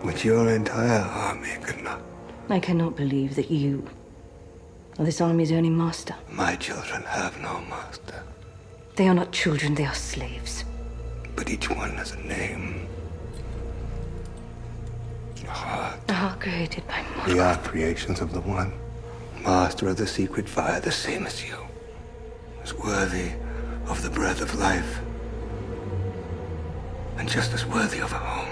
which your entire army could not. I cannot believe that you are this army's only master. My children have no master. They are not children, they are slaves. But each one has a name. A heart. A heart created by Mordor. We are creations of the one, master of the secret fire, the same as you. As worthy of the breath of life. And just as worthy of a home.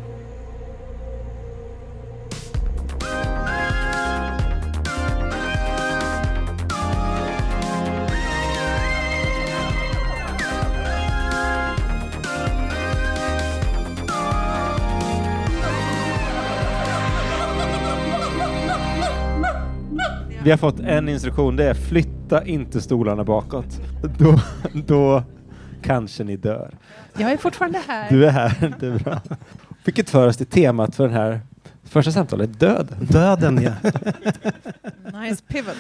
Vi har fått en instruktion, det är flytta inte stolarna bakåt. Då kanske ni dör. Jag är fortfarande här. Du är här, det är bra. Vilket för oss till temat för den här första samtalet, döden. Döden, ja. Nice pivot.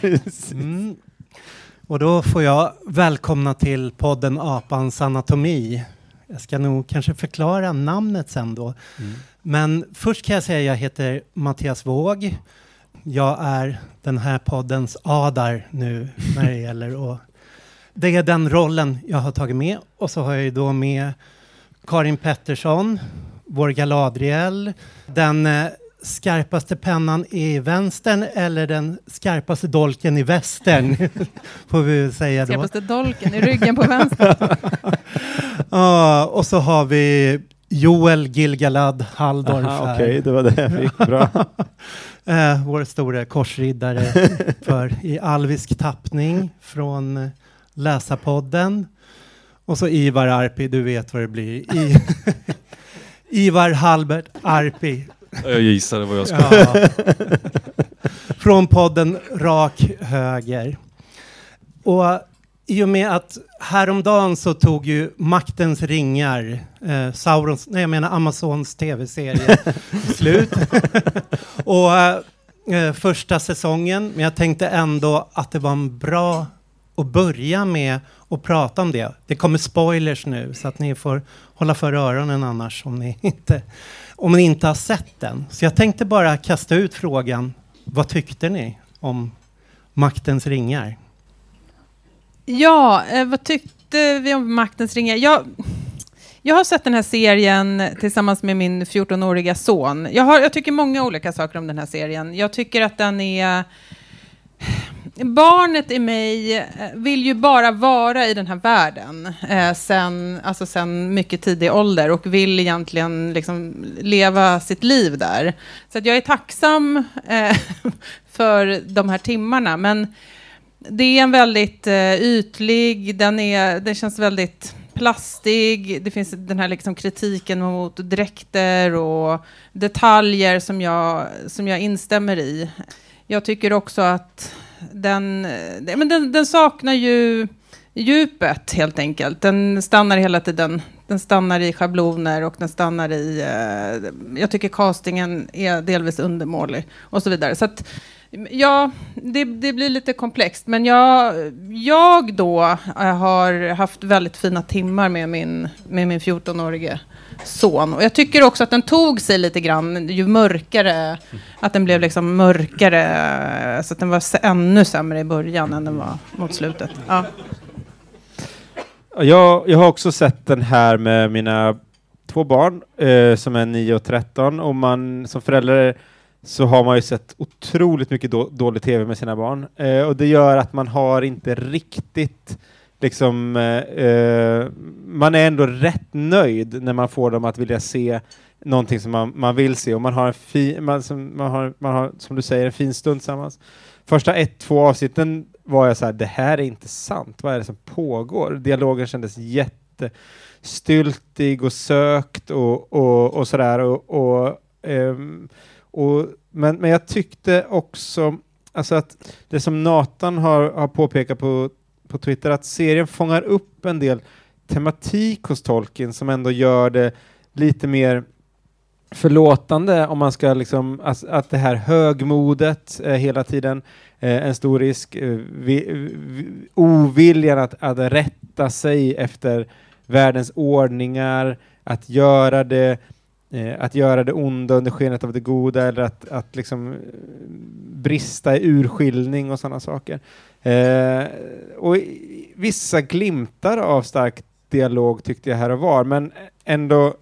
Och då får jag välkomna till podden Apans anatomi. Jag ska nog kanske förklara namnet sen då. Men först kan jag säga att jag heter Mattias Våg. Jag är den här poddens adar nu när det gäller och det är den rollen jag har tagit med. Och så har jag ju då med Karin Pettersson, vår Galadriel, den skarpaste pennan i vänstern eller den skarpaste dolken i västern, får vi säga då. Skarpaste dolken i ryggen på vänster. Och så har vi Joel Gilgalad Halldorf. Okej, det var det jag fick. Bra. Vår stora korsriddare i alvisk tappning från Läsarpodden. Och så Ivar Arpi, du vet vad det blir. Ivar Halbert Arpi. Jag gissade vad jag skulle. Från podden Rak Höger. Och i och med att häromdagen så tog ju Maktens ringar, Amazons tv-serie slut. Och första säsongen, men jag tänkte ändå att det var en bra att börja med att prata om det. Det kommer spoilers nu så att ni får hålla för öronen annars om ni inte har sett den. Så jag tänkte bara kasta ut frågan, vad tyckte ni om Maktens ringar? Ja, vad tyckte vi om Maktens ringar? Jag har sett den här serien tillsammans med min 14-åriga son. Jag tycker många olika saker om den här serien. Jag tycker att den är... Barnet i mig vill ju bara vara i den här världen sen mycket tidig ålder och vill egentligen liksom leva sitt liv där. Så att jag är tacksam för de här timmarna, men det är en väldigt ytlig, det känns väldigt plastig. Det finns den här liksom kritiken mot dräkter och detaljer som jag instämmer i. Jag tycker också att den saknar ju djupet helt enkelt. Den stannar hela tiden. Den stannar i schabloner och den stannar i... jag tycker castingen är delvis undermålig och så vidare. Så att, ja, det blir lite komplext. Men jag då har haft väldigt fina timmar med min 14-årige son. Och jag tycker också att den tog sig lite grann ju mörkare, att den blev liksom mörkare, så att den var ännu sämre i början än den var mot slutet. Ja. Jag har också sett den här med mina 2 barn som är 9 och 13, och man som förälder så har man ju sett otroligt mycket dålig tv med sina barn, och det gör att man har inte riktigt liksom, man är ändå rätt nöjd när man får dem att vilja se någonting som man vill se, och man har man har som du säger en fin stund tillsammans. Första 1-2 avsnitten var jag så här, det här är inte sant, vad är det som pågår? Dialogen kändes jättestyltig och sökt och sådär, men jag tyckte också alltså att det som Nathan har påpekat på Twitter, att serien fångar upp en del tematik hos Tolkien som ändå gör det lite mer förlåtande, om man ska liksom, att det här högmodet hela tiden en stor risk, oviljan att rätta sig efter världens ordningar, att göra det att göra det onda under skenet av det goda, eller att liksom brista i urskiljning och sådana saker. Och vissa glimtar av stark dialog tyckte jag här och var, men ändå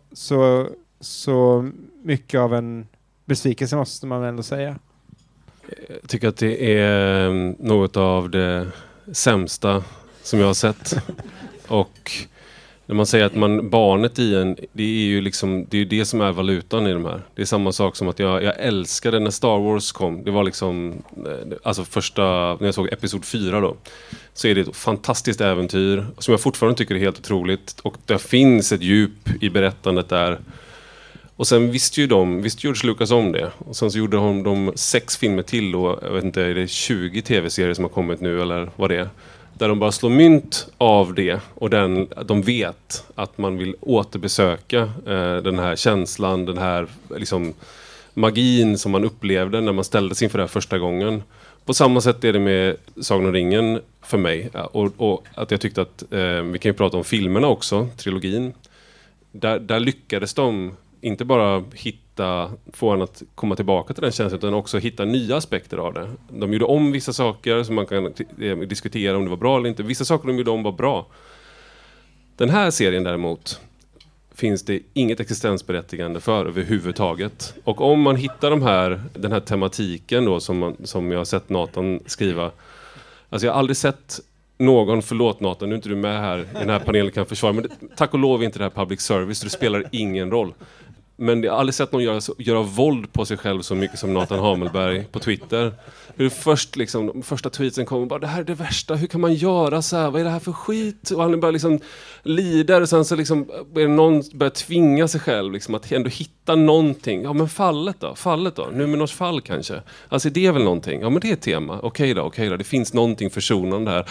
så mycket av en besvikelse måste man ändå säga. Jag tycker att det är något av det sämsta som jag har sett. Och när man säger att barnet i en, det är ju liksom, det är det som är valutan i de här. Det är samma sak som att jag älskade när Star Wars kom. Det var liksom, alltså första, när jag såg episod 4 då, så är det ett fantastiskt äventyr som jag fortfarande tycker är helt otroligt. Och det finns ett djup i berättandet där. Och sen visste George Lucas om det. Och sen så gjorde de 6 filmer till, och jag vet inte, är det 20 tv-serier som har kommit nu eller vad det är. Där de bara slår mynt av det, och de vet att man vill återbesöka den här känslan, den här liksom magin som man upplevde när man ställdes inför det här första gången. På samma sätt är det med Sagan om ringen för mig. Och att jag tyckte att, vi kan ju prata om filmerna också, trilogin. Där lyckades de inte bara få en att komma tillbaka till den känslan, utan också hitta nya aspekter av det. De gjorde om vissa saker som man kan diskutera om det var bra eller inte. Vissa saker de gjorde om var bra. Den här serien däremot finns det inget existensberättigande för överhuvudtaget. Och om man hittar den här tematiken då, som jag har sett Nathan skriva. Alltså jag har aldrig sett någon, förlåt Nathan, nu är inte du med här i den här panelen kan försvara, men tack och lov är inte det här public service, så det spelar ingen roll. Men jag har aldrig sett någon göra våld på sig själv så mycket som Nathan Hamelberg på Twitter. Hur först liksom, de första tweetsen kommer bara, det här är det värsta, hur kan man göra så här, vad är det här för skit? Och han bara liksom lider, och sen så liksom någon börjar tvinga sig själv liksom att ändå hitta någonting. Ja men fallet då, Numenors fall kanske. Alltså det är väl någonting, ja men det är ett tema, okej då, det finns någonting försonande här.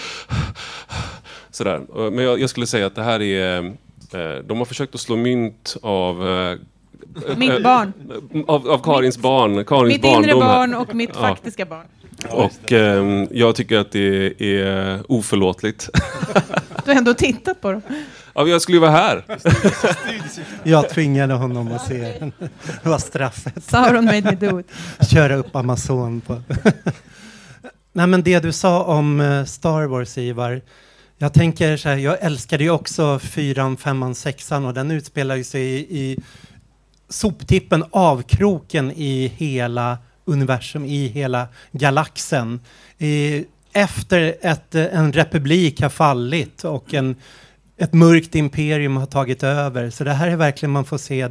Sådär. Men jag skulle säga att det här är, de har försökt att slå mynt av mitt barn. Av Karins barn. Mitt inre barn och mitt faktiska barn. Och jag tycker att det är oförlåtligt. Du har ändå tittat på dem. Ja, jag skulle ju vara här. Jag tvingade honom att se den. Det var straffet. Sauron made me do it. Köra upp Amazon på. Nej, men det du sa om Star Wars, Ivar. Jag tänker så här, jag älskade ju också 4, 5, 6 och den utspelar ju sig i soptippen, avkroken i hela universum, i hela galaxen. Efter en republik har fallit och ett mörkt imperium har tagit över. Så det här är verkligen, man får se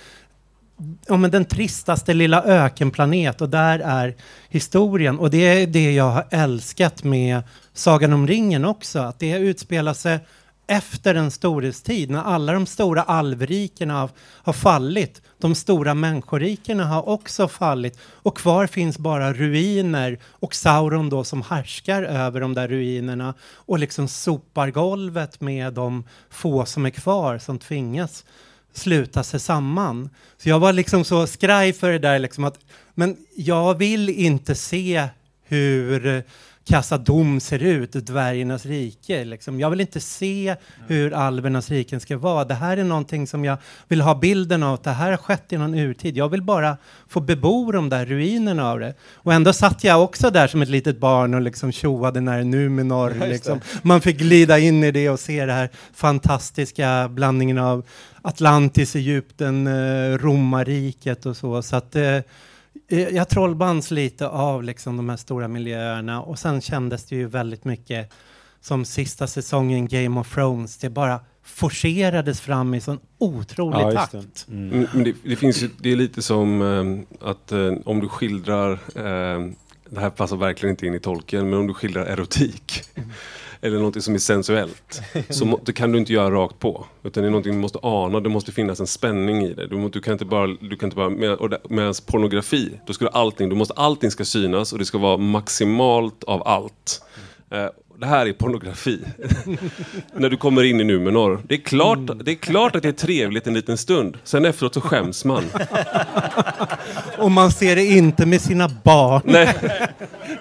den tristaste lilla ökenplanet, och där är historien. Och det är det jag har älskat med Sagan om ringen också, att det utspelar sig efter en storhetstid, när alla de stora alvrikerna har fallit. De stora människorikerna har också fallit. Och kvar finns bara ruiner. Och Sauron då som härskar över de där ruinerna. Och liksom sopar golvet med de få som är kvar, som tvingas sluta sig samman. Så jag var liksom så skraj för det där. Liksom att, men jag vill inte se hur Khazad-dûm ser ut, dvärgarnas rike. Liksom. Jag vill inte se hur alvernas riken ska vara. Det här är någonting som jag vill ha bilden av. Att det här har skett i någon urtid. Jag vill bara få bebo de där ruinerna av det. Och ändå satt jag också där som ett litet barn och liksom tjoade när Numenor. Liksom. Man fick glida in i det och se det här fantastiska blandningen av Atlantis, Egypten, romarriket och så. Så att jag trollbands lite av liksom de här stora miljöerna, och sen kändes det ju väldigt mycket som sista säsongen Game of Thrones. Det bara forcerades fram i sån otrolig takt. Men det finns ju, det är lite som att om du skildrar, det här passar verkligen inte in i Tolkien, men om du skildrar erotik eller något som är sensuellt, så kan du inte göra rakt på, utan det är någonting du måste ana. Det måste finnas en spänning i det. Du kan inte bara med pornografi, då ska allting ska synas, och det ska vara maximalt av allt. Det här är pornografi. När du kommer in i Numenor. Det är klart att det är trevligt en liten stund. Sen efteråt så skäms man. Och man ser det inte med sina barn. Nej.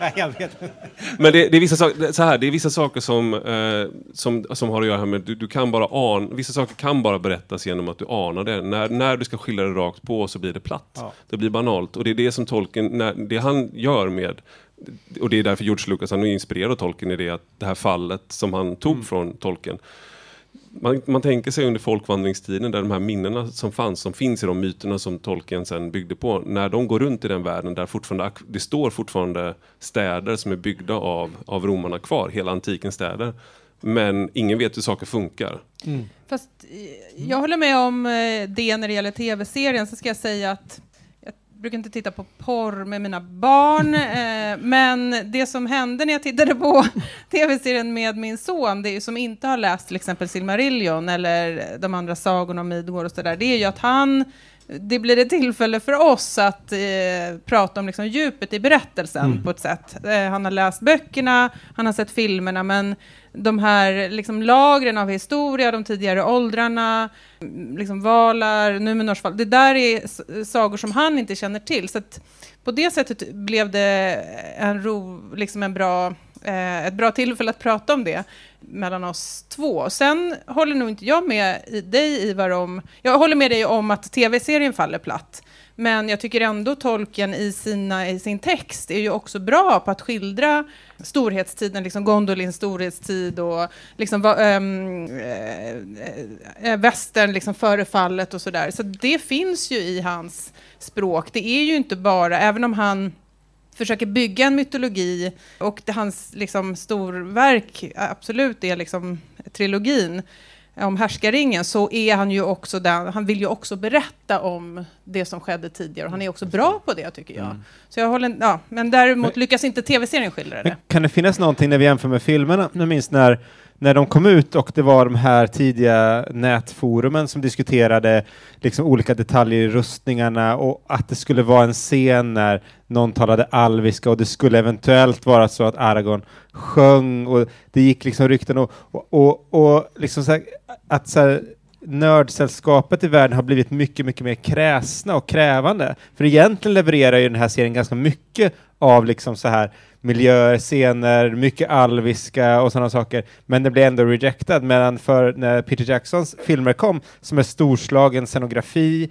Jag vet. Men det är vissa saker, så här, det är vissa saker som har att göra med du kan bara vissa saker kan bara berättas genom att du anar det. När du ska skilja det rakt på så blir det platt. Ja. Det blir banalt. Och det är det som Tolkien, det han gör med, och det är därför George Lucas han är inspirerad av Tolkien, i det att det här fallet som han tog från Tolkien. Man tänker sig under folkvandringstiden där de här minnena som finns i de myterna som Tolkien sen byggde på, när de går runt i den världen där det står fortfarande städer som är byggda av romarna kvar, hela antikens städer. Men ingen vet hur saker funkar. Fast jag håller med om det när det gäller tv-serien, så ska jag säga att jag brukar inte titta på porr med mina barn, men det som hände när jag tittade på tv-serien med min son, det är ju, som inte har läst till exempel Silmarillion eller de andra sagorna om Midgård och så där, det är ju att det blir ett tillfälle för oss att prata om liksom djupet i berättelsen på ett sätt. Han har läst böckerna, han har sett filmerna, men de här liksom lagren av historia, de tidigare åldrarna, liksom Valar, Númenors fall, det där är sagor som han inte känner till. Så att på det sättet blev det ett bra tillfälle att prata om det mellan oss två. Sen håller nog inte jag med dig, Ivar, jag håller med dig om att tv-serien faller platt. Men jag tycker ändå Tolkien i sin text är ju också bra på att skildra storhetstiden, liksom Gondolins storhetstid och liksom västern liksom före fallet och sådär. Så det finns ju i hans språk. Det är ju inte bara, även om han försöker bygga en mytologi och hans liksom storverk absolut är liksom trilogin om Härskaringen, så är han ju också han vill ju också berätta om det som skedde tidigare, och han är också bra på det, tycker jag. Så jag håller, men däremot lyckas inte tv-serien skildra det. Kan det finnas någonting när vi jämför med filmerna? Jag minns när de kom ut och det var de här tidiga nätforumen som diskuterade liksom olika detaljer i rustningarna, och att det skulle vara en scen när någon talade alviska och det skulle eventuellt vara så att Aragorn sjöng, och det gick liksom rykten och liksom så här, att så här, nördsällskapet i världen har blivit mycket, mycket mer kräsna och krävande. För egentligen levererar ju den här serien ganska mycket av liksom så här miljöer, scener, mycket alviska och sådana saker. Men det blev ändå rejected. Medan när Peter Jacksons filmer kom, som är storslagen scenografi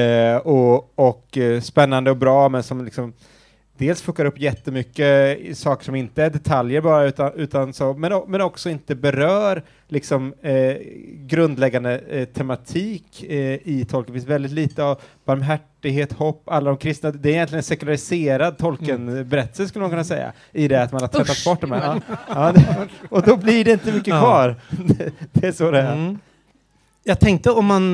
och spännande och bra, men som liksom dels fuckar upp jättemycket saker som inte är detaljer bara, utan så, men också inte berör liksom grundläggande tematik i Tolkien. Det finns väldigt lite av barmhärtighet, hopp, alla de kristna. Det är egentligen en sekulariserad Tolkien-berättelse, skulle man kunna säga, i det att man har tvättat bort de här. Och då blir det inte mycket kvar. Det är så det är. Jag tänkte om man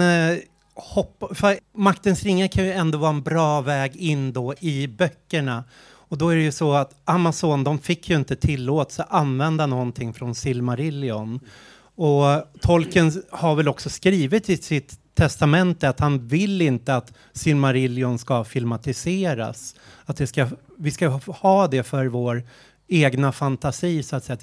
för Maktens ringar kan ju ändå vara en bra väg in då i böckerna. Och då är det ju så att Amazon, de fick ju inte tillåtelse att använda någonting från Silmarillion. Och Tolkien har väl också skrivit i sitt testamente att han vill inte att Silmarillion ska filmatiseras. Att vi ska ha det för vår egna fantasi, så att säga. Att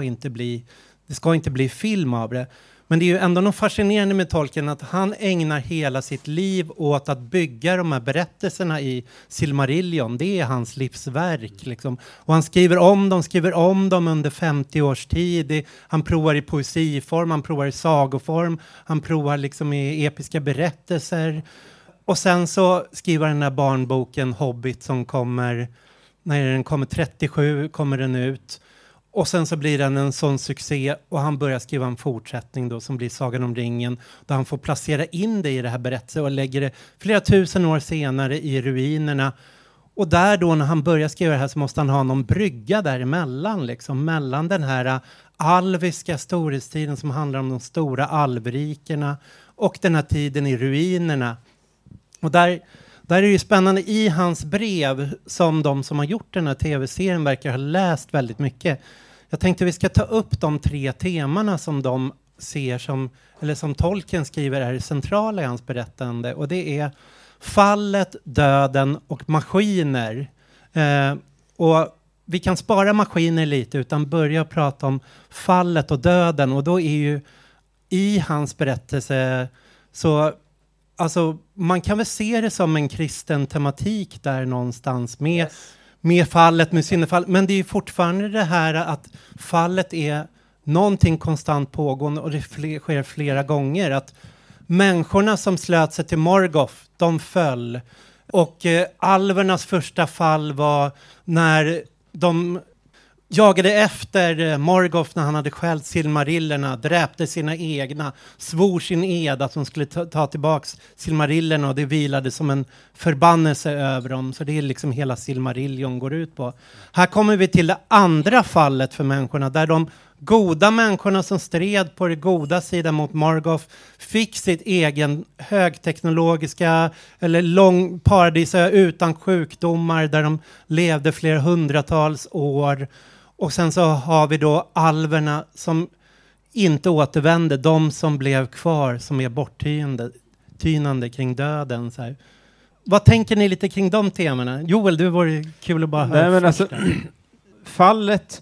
det ska inte bli film av det. Men det är ju ändå något fascinerande med Tolkien att han ägnar hela sitt liv åt att bygga de här berättelserna i Silmarillion. Det är hans livsverk. Liksom. Och han skriver om dem under 50 års tid. Han provar i poesiform, han provar i sagoform, han provar liksom i episka berättelser. Och sen så skriver den här barnboken Hobbit som kommer, när den kommer 37 kommer den ut. Och sen så blir den en sån succé och han börjar skriva en fortsättning då som blir Sagan om ringen. Där han får placera in det i det här berättelsen och lägger det flera tusen år senare i ruinerna. Och där då när han börjar skriva det här så måste han ha någon brygga däremellan. Liksom, mellan den här alviska storhetstiden som handlar om de stora alvrikerna och den här tiden i ruinerna. Och där är det ju spännande i hans brev som de som har gjort den här tv-serien verkar ha läst väldigt mycket. Jag tänkte vi ska ta upp de 3 temana som de ser som Tolkien skriver är centrala i hans berättande. Och det är fallet, döden och maskiner. Och vi kan spara maskiner lite utan börja prata om fallet och döden. Och då är ju i hans berättelse så... Alltså, man kan väl se det som en kristen tematik där någonstans med fallet, med sinnefall. Men det är ju fortfarande det här att fallet är någonting konstant pågående och det sker flera gånger. Att människorna som slöt sig till Morgoth, de föll. Och alvernas första fall var när de jagade efter Morgoth när han hade skällt Silmarillerna, dräpte sina egna, svor sin ed att de skulle ta tillbaks Silmarillerna, och det vilade som en förbannelse över dem. Så det är liksom hela Silmarillion går ut på. Här kommer vi till det andra fallet för människorna, där de goda människorna som stred på det goda sidan mot Morgoth fick sitt egen högteknologiska eller paradisö utan sjukdomar, där de levde flera hundratals år. Och sen så har vi då alverna som inte återvände, de som blev kvar, som är borttynande kring döden. Så här. Vad tänker ni lite kring de temana? Joel, det vore kul att bara höra. Nej, men alltså, fallet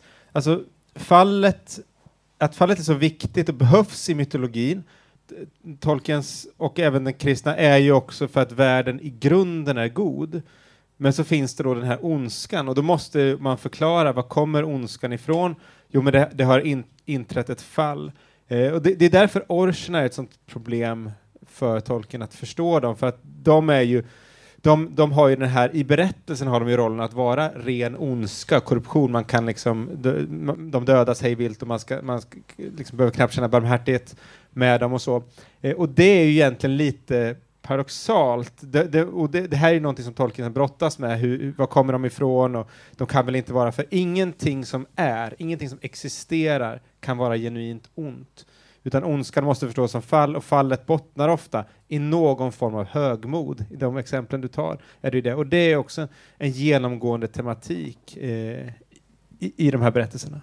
är så viktigt och behövs i mytologin. Tolkiens och även den kristna är ju också för att världen i grunden är god. Men så finns det då den här ondskan, och då måste man förklara var kommer ondskan ifrån. Jo, men det har inträtt ett fall. Och det är därför orcherna är ett sånt problem för Tolkien att förstå dem. För att de är ju de har ju den här, i berättelsen har de ju rollen att vara ren ondska, korruption. Man kan liksom, de dödas hej vilt och man liksom behöver knappt känna barmhärtighet med dem och så. Och det är ju egentligen lite paradoxalt. Det här är ju någonting som Tolkien brottas med. Var kommer de ifrån? Och de kan väl inte vara, för ingenting som existerar kan vara genuint ont. Utan ondskan måste förstås som fall, och fallet bottnar ofta i någon form av högmod. I de exemplen du tar är det ju det. Och det är också en genomgående tematik i de här berättelserna.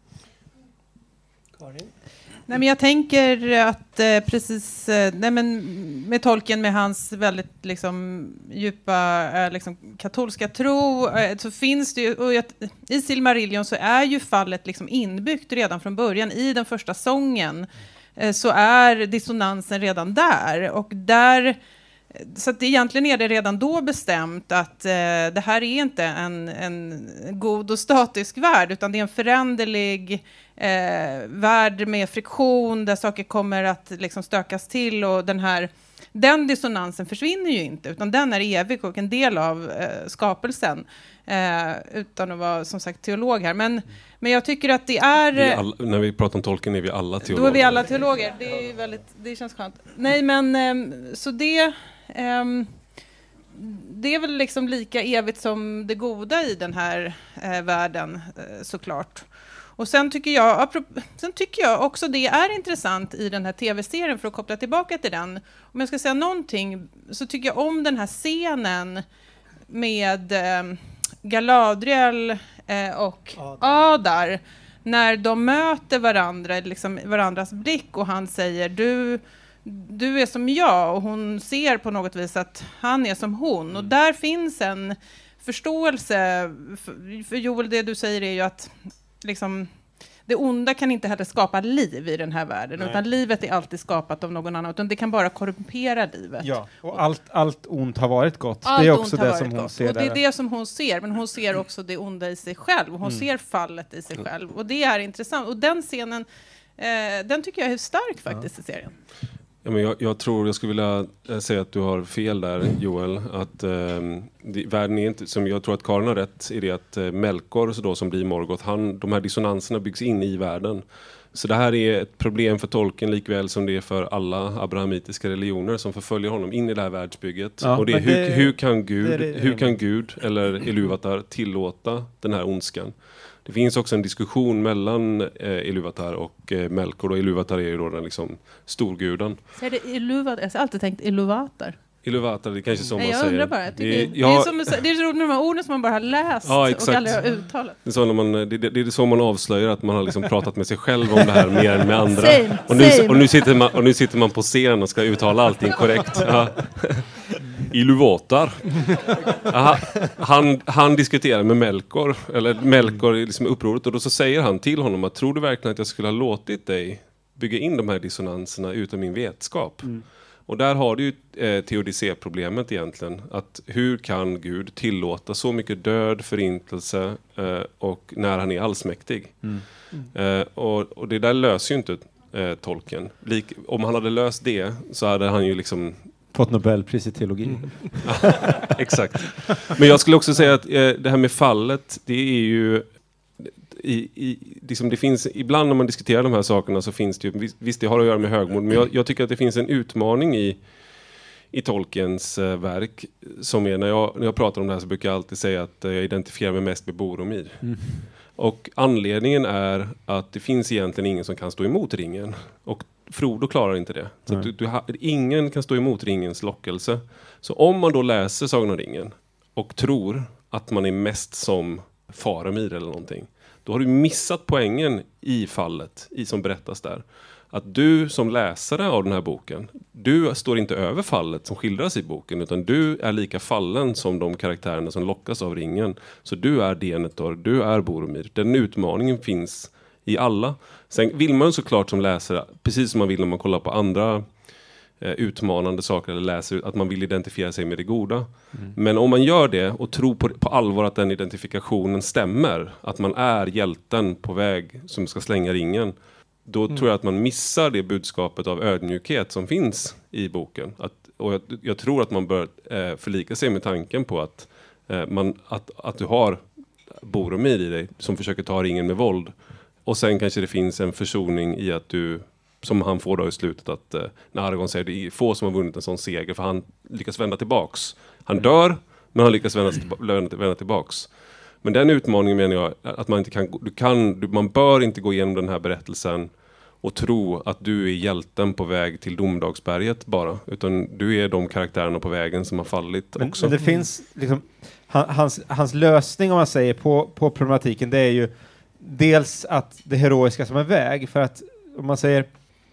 Karin? Nej, men jag tänker att med Tolkien, med hans väldigt liksom, djupa liksom, katolska tro, så finns det ju, och i Silmarillion så är ju fallet liksom inbyggt redan från början. I den första sången så är dissonansen redan där, och där, så att egentligen är det redan då bestämt att det här är inte en god och statisk värld, utan det är en föränderlig värld med friktion, där saker kommer att liksom stökas till, och den dissonansen försvinner ju inte, utan den är evig och en del av skapelsen, utan att vara som sagt teolog här. Men jag tycker att det är... när vi pratar om Tolkien är vi alla teologer. Då är vi alla teologer, det är väldigt, det känns skönt. Nej, men så det... det är väl liksom lika evigt som det goda i den här världen, såklart. Och sen tycker jag också det är intressant i den här tv-serien, för att koppla tillbaka till den. Om jag ska säga någonting, så tycker jag om den här scenen med Galadriel och Adar, när de möter varandra, liksom varandras blick, och han säger du är som jag, och hon ser på något vis att han är som hon. Och där finns en förståelse för Joel, det du säger är ju att liksom, det onda kan inte heller skapa liv i den här världen. Nej. Utan livet är alltid skapat av någon annan, utan det kan bara korrumpera livet. Ja, och allt ont har varit gott. Det är också det som hon ser. Och det är det som hon ser, men hon ser också det onda i sig själv. Hon ser fallet i sig själv, och det är intressant. Och den scenen, den tycker jag är stark faktiskt i serien. Ja, men jag skulle vilja säga att du har fel där, Joel. Att världen är inte, som jag tror att Karin har rätt i det, att Melkor så då, som blir Morgoth, de här dissonanserna byggs in i världen. Så det här är ett problem för Tolkien likväl som det är för alla abrahamitiska religioner som förföljer honom in i det här världsbygget. Ja, och det är hur kan Gud eller Ilúvatar tillåta den här ondskan? Det finns också en diskussion mellan Ilúvatar och Melkor, och Ilúvatar är ju då den liksom storguden. Så är det Ilúvatar? Jag har alltid tänkt Ilúvatar. Ilúvatar, det är kanske som man jag säger. Undrar bara. Det är så roligt med de här orden som man bara har läst och aldrig har uttalat. Det är så det är så man avslöjar att man har liksom pratat med sig själv om det här mer än med andra. Och nu sitter man på scen och ska uttala allting korrekt. Ja. Ilúvatar. Han diskuterar med Melkor, eller Melkor är liksom upproret, och då så säger han till honom att tror du verkligen att jag skulle ha låtit dig bygga in de här dissonanserna utan min vetskap? Och där har du ju teodicé-problemet egentligen. Att hur kan Gud tillåta så mycket död, förintelse och när han är allsmäktig? Och det där löser ju inte Tolkien. Om han hade löst det så hade han ju liksom... Fått Nobelpris i teologi. Exakt. Men jag skulle också säga att det här med fallet, det är ju... liksom det finns, ibland när man diskuterar de här sakerna så finns det ju, visst det har att göra med högmod, men jag tycker att det finns en utmaning i Tolkiens verk som är, när jag pratar om det här så brukar jag alltid säga att jag identifierar mig mest med Boromir. Och anledningen är att det finns egentligen ingen som kan stå emot ringen, och Frodo klarar inte det. Så att ingen kan stå emot ringens lockelse. Så om man då läser Sagan om ringen och tror att man är mest som Faramir eller någonting, då har du missat poängen i fallet som berättas där. Att du som läsare av den här boken, du står inte över fallet som skildras i boken, utan du är lika fallen som de karaktärerna som lockas av ringen. Så du är Denethor, du är Boromir. Den utmaningen finns i alla. Sen vill man såklart som läsare, precis som man vill när man kollar på andra utmanande saker eller läser, att man vill identifiera sig med det goda. Men om man gör det och tror på allvar att den identifikationen stämmer, att man är hjälten på väg som ska slänga ringen, då tror jag att man missar det budskapet av ödmjukhet som finns i boken. Och jag tror att man bör förlika sig med tanken på att du har Boromir i dig som försöker ta ringen med våld. Och sen kanske det finns en försoning i att du, som han får då i slutet, att när Aragorn säger det är få som har vunnit en sån seger, för han lyckas vända tillbaks. Han dör, men han lyckas vända tillbaks. Men den utmaningen menar jag att man inte man bör inte gå igenom den här berättelsen och tro att du är hjälten på väg till Domedagsberget bara, utan du är de karaktärerna på vägen som har fallit också. Men det finns liksom, hans lösning, om man säger, på problematiken, det är ju dels att det heroiska som en väg, för att om man säger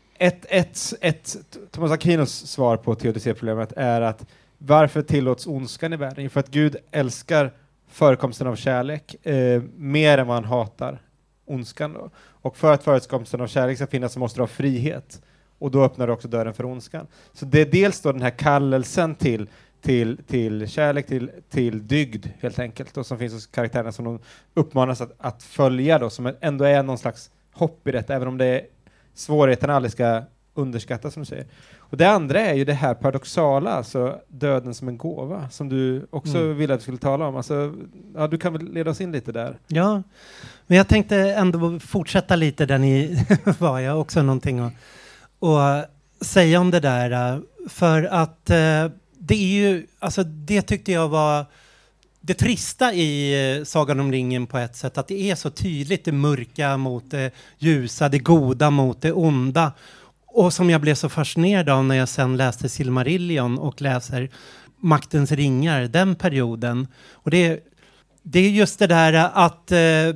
Thomas Aquinos svar på teodicéproblemet är att varför tillåts ondskan i världen? För att Gud älskar förekomsten av kärlek mer än vad han hatar ondskan då. Och för att förekomsten av kärlek ska finnas så måste det ha frihet. Och då öppnar det också dörren för ondskan. Så det är dels då den här kallelsen till kärlek, till dygd helt enkelt, och som finns hos karaktärerna som de uppmanas att följa då, som ändå är någon slags hopp i detta, även om det är svårigheten aldrig ska underskattas, som du säger. Och det andra är ju det här paradoxala, alltså döden som en gåva, som du också ville att vi skulle tala om. Alltså, ja, du kan väl leda oss in lite där. Ja, men jag tänkte ändå fortsätta lite där ni var. Jag också någonting att säga om det där. För att det är ju, alltså det tyckte jag var det trista i Sagan om ringen på ett sätt, att det är så tydligt det mörka mot det ljusa, det goda mot det onda. Och som jag blev så fascinerad av när jag sen läste Silmarillion och läser Maktens ringar, den perioden. Och det är just det där att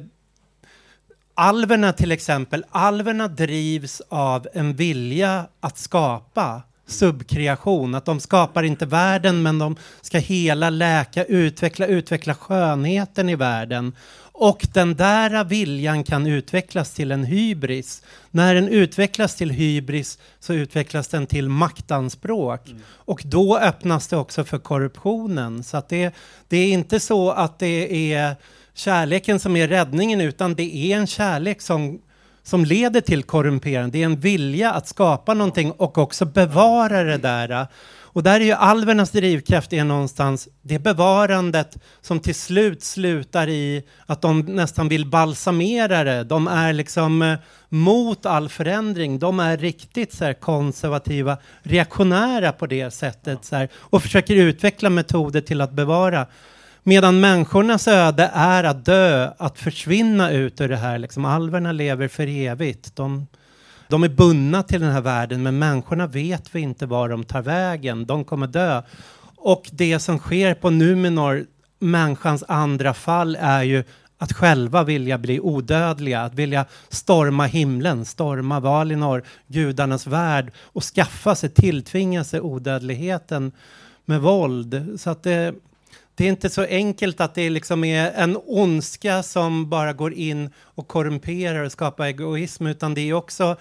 alverna till exempel, alverna drivs av en vilja att skapa subkreation, att de skapar inte världen, men de ska hela, läka, utveckla skönheten i världen. Och den där viljan kan utvecklas till en hybris. När den utvecklas till hybris så utvecklas den till maktanspråk. Och då öppnas det också för korruptionen. Så att det är inte så att det är kärleken som är räddningen, utan det är en kärlek som leder till korrumperande. Det är en vilja att skapa någonting och också bevara det där. Och där är ju alvernas drivkraft är någonstans det bevarandet som till slut slutar i att de nästan vill balsamera det. De är liksom mot all förändring. De är riktigt så här konservativa, reaktionära på det sättet så här, och försöker utveckla metoder till att bevara. Medan människornas öde är att dö, att försvinna ut ur det här. Liksom, alverna lever för evigt. De är bundna till den här världen, men människorna vet vi inte var de tar vägen. De kommer dö. Och det som sker på Numenor, människans andra fall, är ju att själva vilja bli odödliga. Att vilja storma himlen, storma Valinor, gudarnas värld, och tilltvinga sig odödligheten med våld. Så att det är inte så enkelt att det liksom är en ondska som bara går in och korrumperar och skapar egoism, utan det är också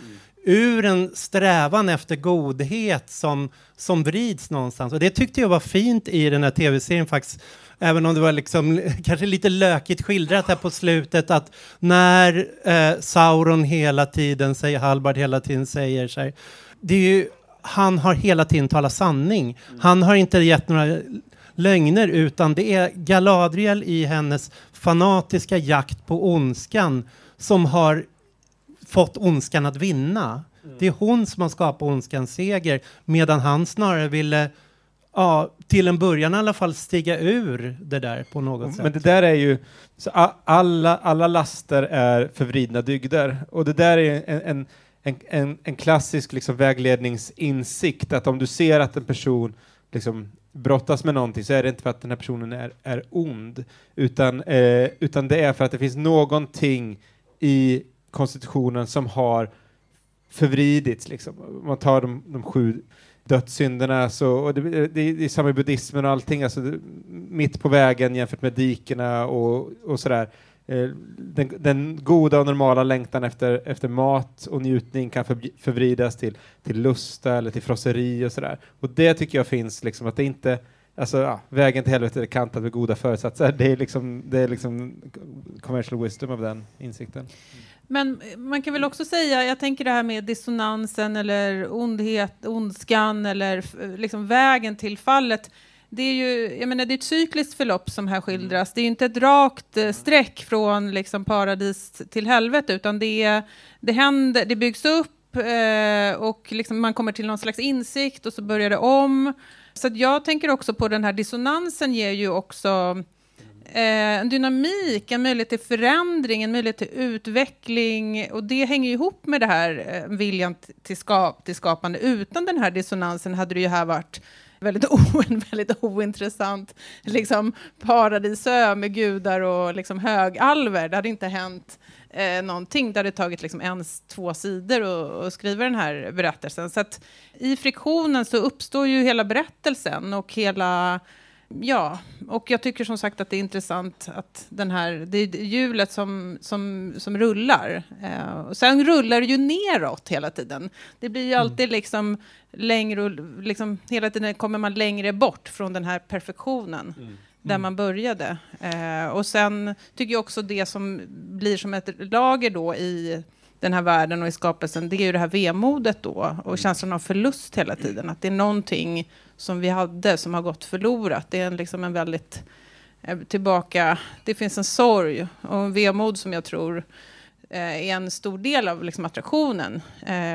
ur en strävan efter godhet som vrids någonstans. Och det tyckte jag var fint i den här tv-serien faktiskt. Även om det var liksom kanske lite lökigt skildrat här på slutet, att när Sauron hela tiden säger, Halvard hela tiden säger så här, det är ju, han har hela tiden talat sanning. Han har inte gett några lögner, utan det är Galadriel i hennes fanatiska jakt på ondskan som har fått ondskan att vinna. Det är hon som har skapat ondskans seger, medan han snarare ville till en början i alla fall stiga ur det där på något sätt. Men det där är ju, så alla laster är förvridna dygder. Och det där är en klassisk liksom vägledningsinsikt, att om du ser att en person liksom brottas med någonting, så är det inte för att den här personen är ond, utan det är för att det finns någonting i konstitutionen som har förvridits. Liksom. Man tar de 7 dödssynderna, och det är samma i buddhismen och allting, alltså mitt på vägen jämfört med dikena och sådär. Den goda och normala längtan efter mat och njutning kan förvridas till lusta eller till frosseri och sådär. Och det tycker jag finns liksom, att det inte, alltså vägen till helvetet är kantad med goda föresatser. Det är liksom conventional wisdom av den insikten. Men man kan väl också säga, jag tänker det här med dissonansen eller ondskan eller liksom vägen till fallet. Det är ju, jag menar, det är ett cykliskt förlopp som här skildras. Det är ju inte ett rakt streck från liksom paradis till helvete, utan det händer, det byggs upp och liksom man kommer till någon slags insikt och så börjar det om. Så att jag tänker också på den här dissonansen ger ju också en dynamik, en möjlighet till förändring, en möjlighet till utveckling, och det hänger ihop med det här viljan till skapande. Utan den här dissonansen hade det ju här varit en väldigt ointressant liksom paradisö med gudar och liksom högalver. Det hade inte hänt någonting. Det hade tagit liksom ens 2 sidor och skriva den här berättelsen. Så att i friktionen så uppstår ju hela berättelsen och hela. Ja, och jag tycker som sagt att det är intressant att det är hjulet som rullar. Och sen rullar det ju neråt hela tiden. Det blir ju alltid liksom längre, liksom hela tiden kommer man längre bort från den här perfektionen där man började. Och sen tycker jag också det som blir som ett lager då i den här världen och i skapelsen, det är ju det här vemodet då och känslan av förlust hela tiden. Att det är någonting som vi hade som har gått förlorat. Det är liksom en väldigt tillbaka, det finns en sorg och en vemod som jag tror är en stor del av liksom attraktionen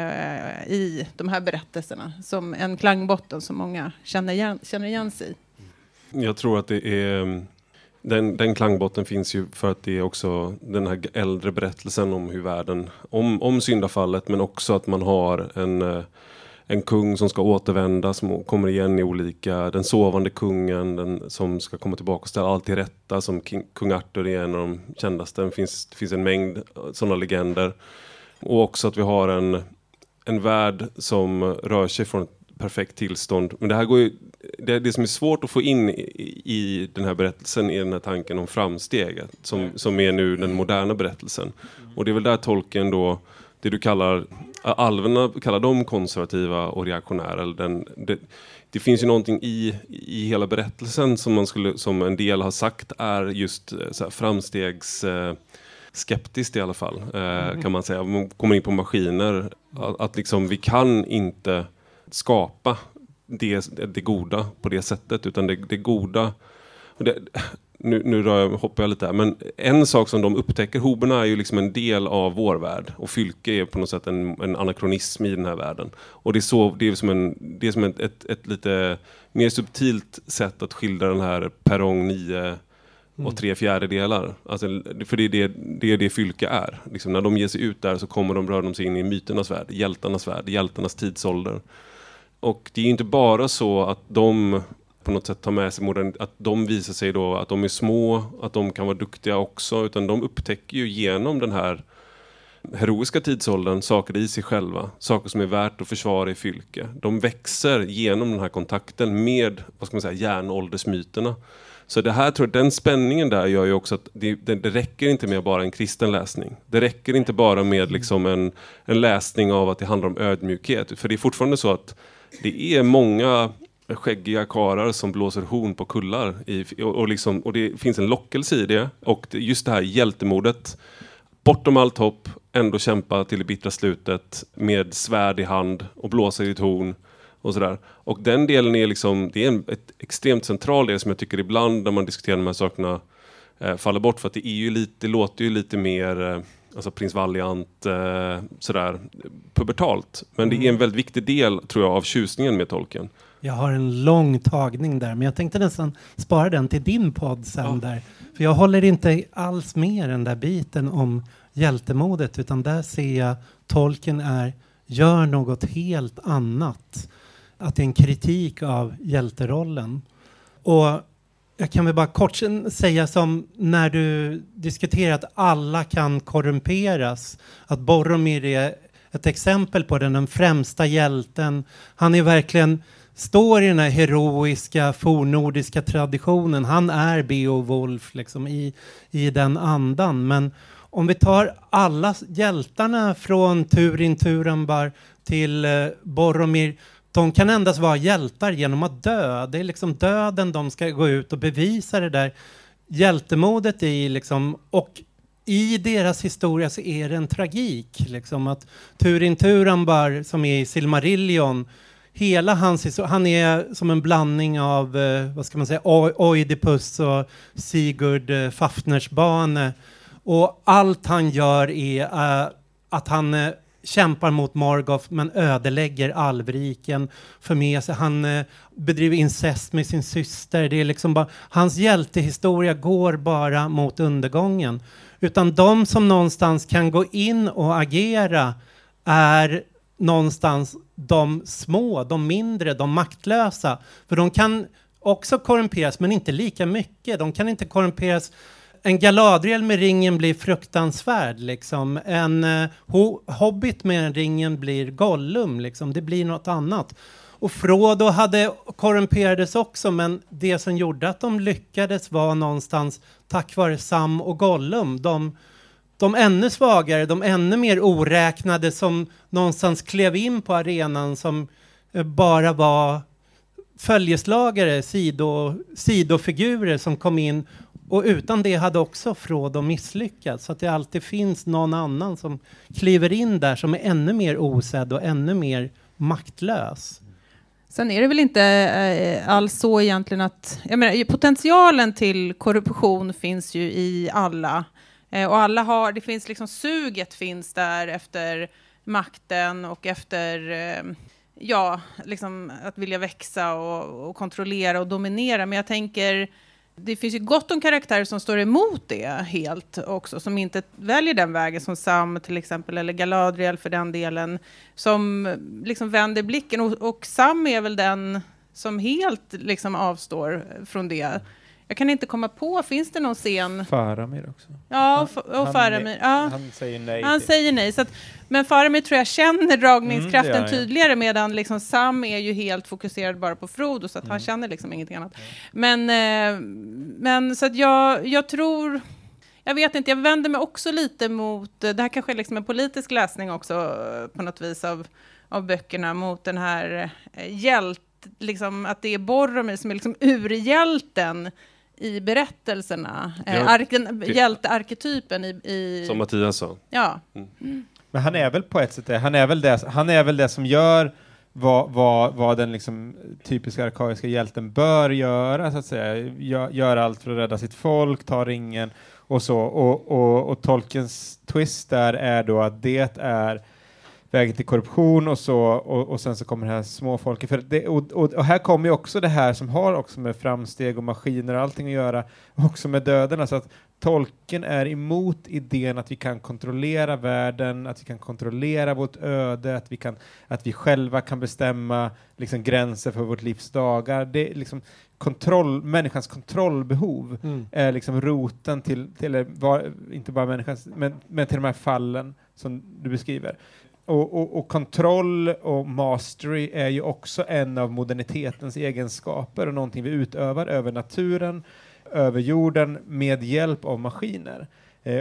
i de här berättelserna. Som en klangbotten som många känner igen sig i. Jag tror att det är den klangbotten finns ju för att det är också den här äldre berättelsen om hur världen, om syndafallet, men också att man har en kung som ska återvända, som kommer igen i olika, den sovande kungen, den som ska komma tillbaka och ställa allt till rätta, som kung Arthur är en av de kändaste. Det finns en mängd sådana legender. Och också att vi har en värld som rör sig från ett perfekt tillstånd. Men det här går ju, det som är svårt att få in i den här berättelsen är den här tanken om framsteget som är nu den moderna berättelsen. Och det är väl där Tolkien då, det du kallar, alverna kallar dem konservativa och reaktionära. Det finns ju någonting i hela berättelsen som en del har sagt är just så här framstegs skeptiskt i alla fall, kan man säga. Man kommer in på maskiner, att liksom vi kan inte skapa det goda på det sättet, utan det goda. Nu hoppar jag lite här, men en sak som de upptäcker, hoberna är ju liksom en del av vår värld, och Fylke är på något sätt en anakronism i den här världen. Och det är som ett lite mer subtilt sätt att skildra den här perrong 9 och 3/4. Alltså, för det är det Fylke är. Liksom, när de ger sig ut där så rör de sig in i myternas värld, hjältarnas tidsålder. Och det är inte bara så att de på något sätt tar med sig att de visar sig då att de är små, att de kan vara duktiga också, utan de upptäcker ju genom den här heroiska tidsåldern saker i sig själva, saker som är värt att försvara i Fylke. De växer genom den här kontakten med, vad ska man säga, järnåldersmyterna. Så det här, tror jag, den spänningen där gör ju också att det räcker inte med bara en kristen läsning. Det räcker inte bara med liksom en läsning av att det handlar om ödmjukhet. För det är fortfarande så att det är många skäggiga karar som blåser horn på kullar. Och det finns en lockelse i det. Och just det här hjältemodet, bortom allt hopp, ändå kämpa till det bittra slutet med svärd i hand och blåsa i ett horn och sådär. Och den delen är liksom, det är ett extremt central del som jag tycker ibland när man diskuterar de här sakerna faller bort, för att det låter ju lite mer alltså prins Valiant sådär pubertalt. Men det är en väldigt viktig del, tror jag, av tjusningen med Tolkien. Jag har en lång tagning där, men jag tänkte nästan spara den till din podd sen där. För jag håller inte alls med den där biten om hjältemodet, utan där ser jag Tolkien gör något helt annat. Att det är en kritik av hjälterollen. Och jag kan väl bara kort säga som när du diskuterar att alla kan korrumperas. Att Boromir är ett exempel på den främsta hjälten. Han är verkligen, står i den här heroiska fornnordiska traditionen. Han är Beowulf liksom i den andan. Men om vi tar alla hjältarna från Turin Turambar till Boromir, de kan endast vara hjältar genom att dö. Det är liksom döden de ska gå ut och bevisa det där hjältemodet i liksom, och i deras historia så är det en tragik liksom, att Turin Turambar som är i Silmarillion, hela hans historia, han är som en blandning av vad ska man säga, Oidipus och Sigurd Fafnersbane, och allt han gör är att han kämpar mot Morgoth men ödelägger alvriken för med sig. Han bedriver incest med sin syster. Det är liksom bara, hans hjältehistoria går bara mot undergången. Utan de som någonstans kan gå in och agera är någonstans de små, de mindre, de maktlösa. För de kan också korrumperas men inte lika mycket. De kan inte korrumperas. En Galadriel med ringen blir fruktansvärd. Liksom. En hobbit med ringen blir Gollum. Liksom. Det blir något annat. Och Frodo korrumperades också, men det som gjorde att de lyckades var någonstans tack vare Sam och Gollum. De ännu svagare, de ännu mer oräknade som någonstans klev in på arenan som bara var följeslagare, sidofigurer som kom in. Och utan det hade också Frodo misslyckats. Så att det alltid finns någon annan som kliver in där som är ännu mer osedd och ännu mer maktlös. Sen är det väl inte alls så egentligen att, jag menar, potentialen till korruption finns ju i alla. Och alla har, det finns liksom, suget finns där efter makten och efter liksom att vilja växa och kontrollera och dominera. Men jag tänker, det finns ju gott om karaktärer som står emot det helt också, som inte väljer den vägen, som Sam till exempel, eller Galadriel för den delen, som liksom vänder blicken, och Sam är väl den som helt liksom avstår från det. Jag kan inte komma på, finns det någon scen? Faramir också. Ja, och Faramir. Ja. Han säger nej. Han säger nej. Så att, men Faramir tror jag känner dragningskraften tydligare, medan liksom Sam är ju helt fokuserad bara på Frodo, så att han känner liksom ingenting annat. Men så att jag tror, jag vet inte, jag vänder mig också lite mot, det här kanske är liksom en politisk läsning också på något vis av böckerna, mot den här liksom att det är Boromir som är liksom urhjälten i berättelserna. Hjältearketypen i... Som Mattias sa. Ja. Men han är väl på ett sätt, han är väl det som gör vad den liksom typiska arkaiska hjälten bör göra, så att säga. Gör allt för att rädda sitt folk, ta ringen och så. Och Tolkiens twist där är då att det är vägen till korruption och så, och sen så kommer det här småfolket. För det, och här kommer ju också det här som har också med framsteg och maskiner och allting att göra, också med döden. Alltså att Tolkien är emot idén att vi kan kontrollera världen, att vi kan kontrollera vårt öde, att vi själva kan bestämma liksom gränser för vårt livs dagar. Det är liksom människans kontrollbehov är liksom roten till inte bara människans, men till de här fallen som du beskriver. Och kontroll och mastery är ju också en av modernitetens egenskaper och någonting vi utövar över naturen. över jorden med hjälp av maskiner.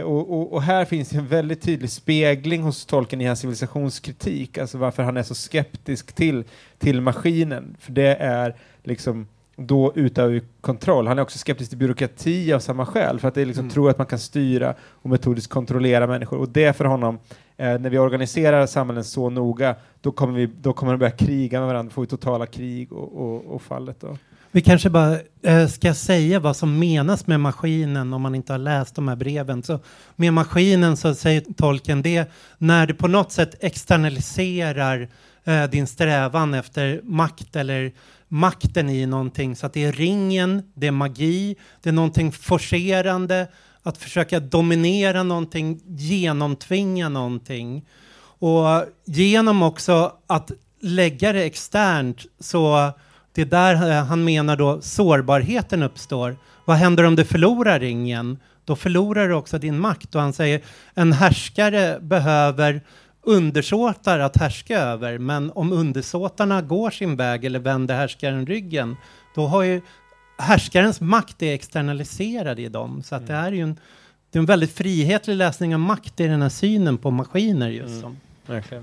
Och här finns en väldigt tydlig spegling hos Tolkien i hans civilisationskritik, alltså varför han är så skeptisk till maskinen. För det är liksom då utöver kontroll. Han är också skeptisk till byråkrati av samma skäl, för att det liksom tror att man kan styra och metodiskt kontrollera människor. Och det för honom, när vi organiserar samhällen så noga, då kommer de börja kriga med varandra, får vi totala krig och fallet då. Vi kanske bara ska säga vad som menas med maskinen om man inte har läst de här breven. Så med maskinen så säger Tolkien det när du på något sätt externaliserar din strävan efter makt eller makten i någonting. Så att det är ringen, det är magi, det är någonting forcerande, att försöka dominera någonting, genomtvinga någonting. Och genom också att lägga det externt, så det är där han menar då sårbarheten uppstår. Vad händer om du förlorar ringen? Då förlorar du också din makt. Och han säger en härskare behöver undersåtar att härska över. Men om undersåtarna går sin väg eller vänder härskaren ryggen, då har ju härskarens makt är externaliserad i dem. Så att det är ju en väldigt frihetlig läsning av makt i den här synen på maskiner just som. Verkligen.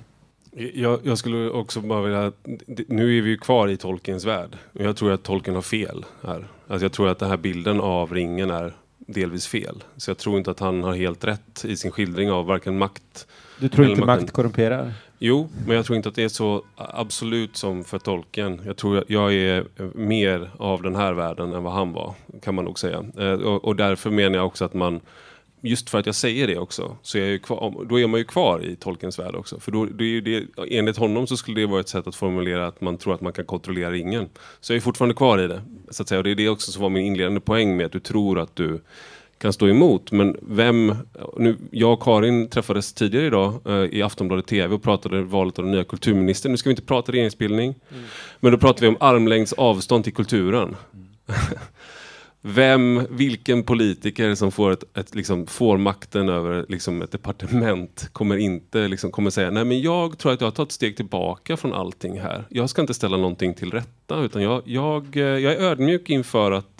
Jag skulle också bara vilja... Nu är vi ju kvar i Tolkiens värld. Jag tror att Tolkien har fel här. Alltså jag tror att den här bilden av ringen är delvis fel. Så jag tror inte att han har helt rätt i sin skildring av varken makt... Du tror inte makt korrumperar? Jo, men jag tror inte att det är så absolut som för Tolkien. Jag tror att jag är mer av den här världen än vad han var, kan man nog säga. Och därför menar jag också att man... Just för att jag säger det också, så är jag ju kvar, då är man ju kvar i Tolkiens värld också. För då, det är ju det, enligt honom så skulle det vara ett sätt att formulera att man tror att man kan kontrollera ringen. Så jag är fortfarande kvar i det, så att säga. Och det är det också som var min inledande poäng med att du tror att du kan stå emot. Men jag och Karin träffades tidigare idag i Aftonbladet TV och pratade valet av den nya kulturministern. Nu ska vi inte prata regeringsbildning, men då pratar vi om armlängds avstånd till kulturen. Vilken politiker som får makten över liksom ett departement kommer säga nej, men jag tror att jag har tagit ett steg tillbaka från allting här. Jag ska inte ställa någonting till rätta, utan jag är ödmjuk inför att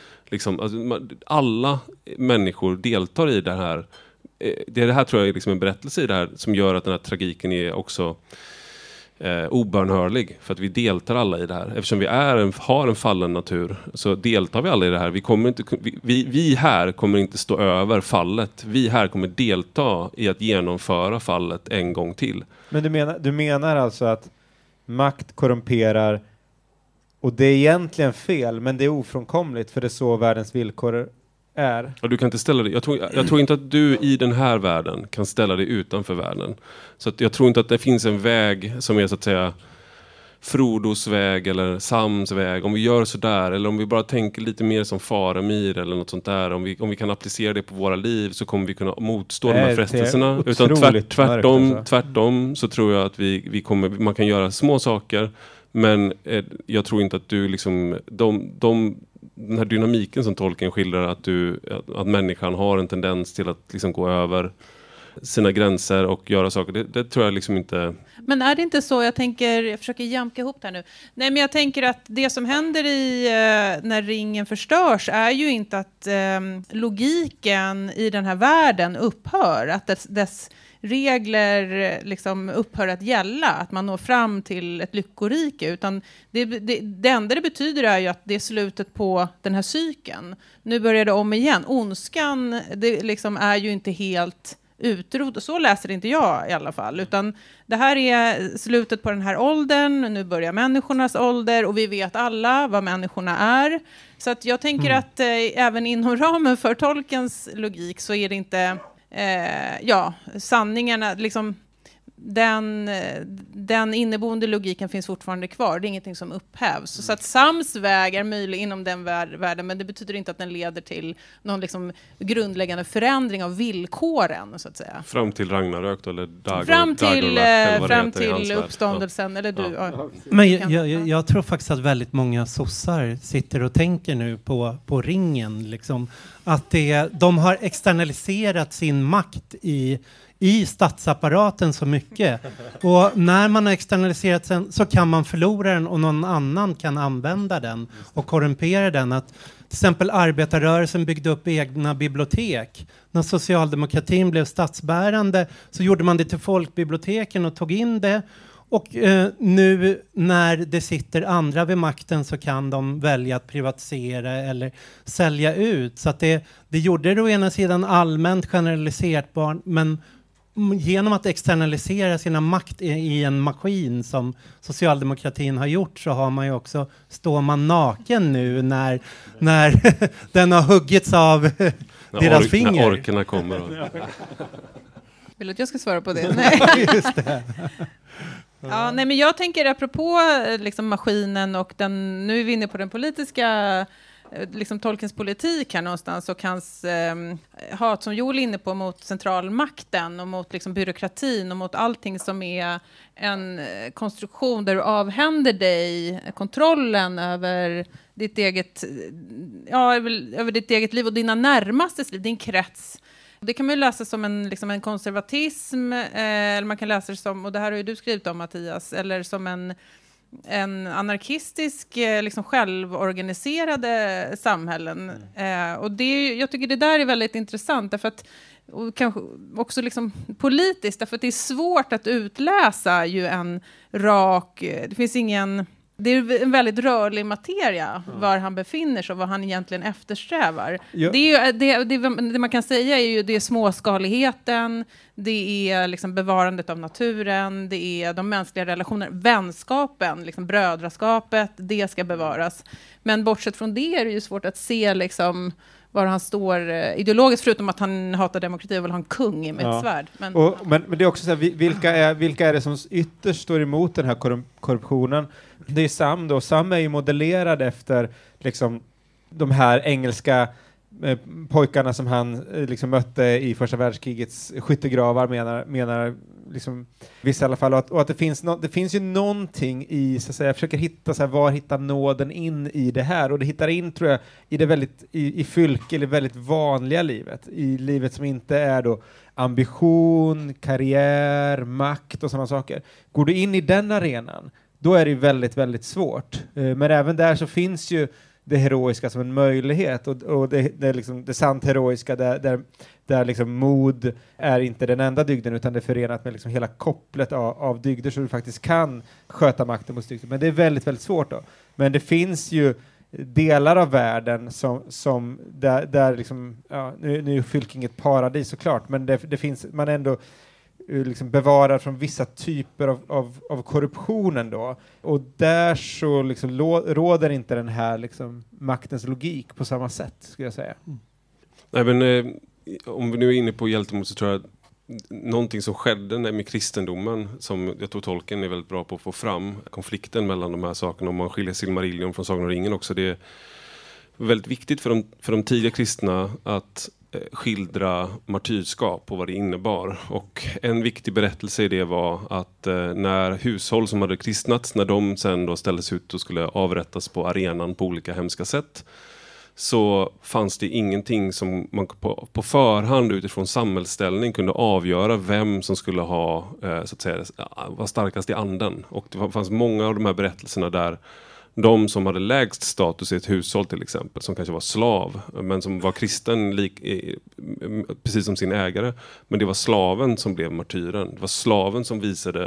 alla människor deltar i det här. Det här tror jag är liksom en berättelse i det här som gör att den här tragiken är också obönhörlig, för att vi deltar alla i det här. Eftersom vi har en fallen natur, så deltar vi alla i det här. Vi här kommer inte stå över fallet. Vi här kommer delta i att genomföra fallet en gång till. Men du menar alltså att makt korrumperar, och det är egentligen fel, men det är ofrånkomligt, för det är så världens villkor är. Ja, du kan inte ställa dig. Jag tror inte att du i den här världen kan ställa dig utanför världen. Så att jag tror inte att det finns en väg som är så att säga Frodos väg eller Sams väg. Om vi gör så där, eller om vi bara tänker lite mer som Faramir eller något sånt där. Om vi kan applicera det på våra liv, så kommer vi kunna motstå de här frestelserna. Utan tvärtom så tror jag att man kan göra små saker. Men jag tror inte att du liksom den här dynamiken som Tolkien skildrar, att människan har en tendens till att liksom gå över sina gränser och göra saker, det tror jag liksom inte. Men är det inte så, jag försöker jämka ihop det här nu. Nej, men jag tänker att det som händer när ringen förstörs är ju inte att logiken i den här världen upphör, att dess regler liksom upphör att gälla, att man når fram till ett lyckorike, utan det enda det betyder är ju att det är slutet på den här cykeln. Nu börjar det om igen. Ondskan, det liksom är ju inte helt utrot, så läser inte jag i alla fall, utan det här är slutet på den här åldern. Nu börjar människornas ålder, och vi vet alla vad människorna är. Så att jag tänker att även inom ramen för Tolkiens logik så är det inte sanningarna liksom, den inneboende logiken finns fortfarande kvar. Det är ingenting som upphävs. Så att Sams väg är möjlig inom den världen, men det betyder inte att den leder till någon liksom grundläggande förändring av villkoren, så att säga. Fram till Ragnarök eller fram till uppståndelsen, eller du. Ja. Men jag tror faktiskt att väldigt många sossar sitter och tänker nu på ringen liksom, att de har externaliserat sin makt i i statsapparaten så mycket. Och när man har externaliserat den så kan man förlora den och någon annan kan använda den och korrumpera den. Att till exempel arbetarrörelsen byggde upp egna bibliotek. När socialdemokratin blev statsbärande så gjorde man det till folkbiblioteken och tog in det. Och nu när det sitter andra vid makten så kan de välja att privatisera eller sälja ut. Så att det gjorde det å ena sidan allmänt generaliserbart, men genom att externalisera sina makt i en maskin som socialdemokratin har gjort så har man ju också, står man naken nu när den har huggits av deras finger. När orkerna kommer. Vill du att jag ska svara på det? Nej. Just det. Ja, nej, men jag tänker apropå liksom maskinen och nu är vi inne på den politiska liksom Tolkiens politik här någonstans och hans hat som Joel är inne på mot centralmakten och mot liksom byråkratin och mot allting som är en konstruktion där du avhänder dig kontrollen över ditt eget, över ditt eget liv och dina närmastes liv, din krets. Det kan man ju läsa som en konservatism, eller man kan läsa det som, och det här har ju du skrivit om Mattias, eller som en anarkistisk, liksom självorganiserade samhällen. Och jag tycker det där är väldigt intressant, därför att, och kanske också liksom politiskt, därför att det är svårt att utläsa ju en rak, det finns ingen... Det är en väldigt rörlig materia var han befinner sig och vad han egentligen eftersträvar. Ja. Det man kan säga är ju det är småskaligheten, det är liksom bevarandet av naturen, det är de mänskliga relationerna, vänskapen, liksom brödraskapet, det ska bevaras. Men bortsett från det är det ju svårt att se liksom var han står ideologiskt, förutom att han hatar demokrati och vill ha en kung med ett svärd. Men det är också så här, vilka är det som ytterst står emot den här korruptionen? Det är Sam då. Sam är ju modellerad efter liksom de här engelska pojkarna som han liksom mötte i första världskrigets skyttegravar, menar liksom vissa i alla fall, och att det finns ju någonting i, så att säga, jag försöker hitta så här, var hittar nåden in i det här, och det hittar in, tror jag, i det väldigt i fylke, eller väldigt vanliga livet, i livet som inte är då ambition, karriär, makt och sådana saker. Går du in i den arenan, då är det väldigt, väldigt svårt. Men även där så finns ju det heroiska som en möjlighet, och det är liksom det sant heroiska där liksom mod är inte den enda dygden, utan det är förenat med liksom hela kopplet av dygder, så du faktiskt kan sköta makten mot dygder. Men det är väldigt, väldigt svårt då. Men det finns ju delar av världen som där liksom, nu är Fylking inget paradis såklart, men det finns, man ändå liksom bevarad från vissa typer av korruptionen då. Och där så liksom råder inte den här liksom maktens logik på samma sätt, skulle jag säga. Nej, men om vi nu är inne på hjältemod, så tror jag någonting som skedde med kristendomen, som jag tror Tolkien är väldigt bra på att få fram, konflikten mellan de här sakerna, om man skiljer Silmarillion från Sagan om ringen också. Det är väldigt viktigt för de tidiga kristna att skildra martyrskap och vad det innebar. Och en viktig berättelse i det var att när hushåll som hade kristnats, när de sen då ställdes ut och skulle avrättas på arenan på olika hemska sätt, så fanns det ingenting som man på förhand utifrån samhällsställning kunde avgöra vem som skulle ha, så att säga, vara starkast i anden. Och det fanns många av de här berättelserna där de som hade lägst status i ett hushåll till exempel, som kanske var slav, men som var kristen precis som sin ägare, men det var slaven som blev martyren. Det var slaven som visade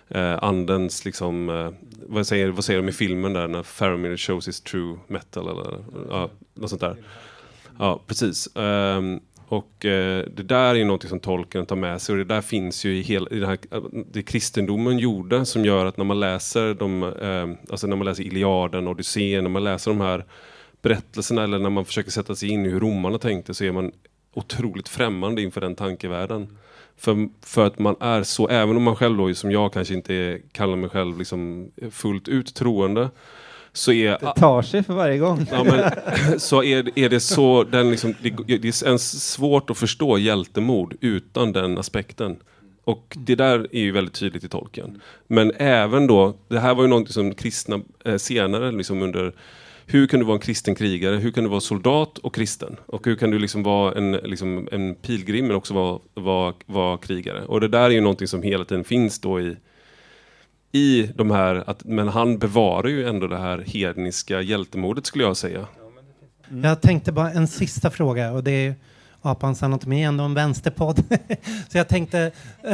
andens liksom, vad säger de i filmen där när Faramir shows his true metal, eller något sånt där. Ja, precis. Och det där är något som Tolkien tar med sig, och det där finns ju i det kristendomen gjorde, som gör att när man läser alltså när man läser Iliaden, Odysseen, när man läser de här berättelserna, eller när man försöker sätta sig in i hur romarna tänkte, så är man otroligt främmande inför den tankevärlden. För att man är så, även om man själv då, som jag kanske inte kallar mig själv liksom fullt ut troende, så är det tar sig för varje gång. Ja, men så är det så, den liksom, det är svårt att förstå hjältemod utan den aspekten. Och det där är ju väldigt tydligt i Tolkien. Men även då, det här var ju något som kristna senare liksom under hur kan du vara en kristen krigare? Hur kan du vara soldat och kristen? Och hur kan du liksom vara en pilgrim men också vara krigare? Och det där är ju någonting som hela tiden finns då i de här, men han bevarar ju ändå det här hedniska hjältemodet, skulle jag säga. Jag tänkte bara en sista fråga, och det är Apans anatomi, ändå en vänsterpodd. Så jag tänkte,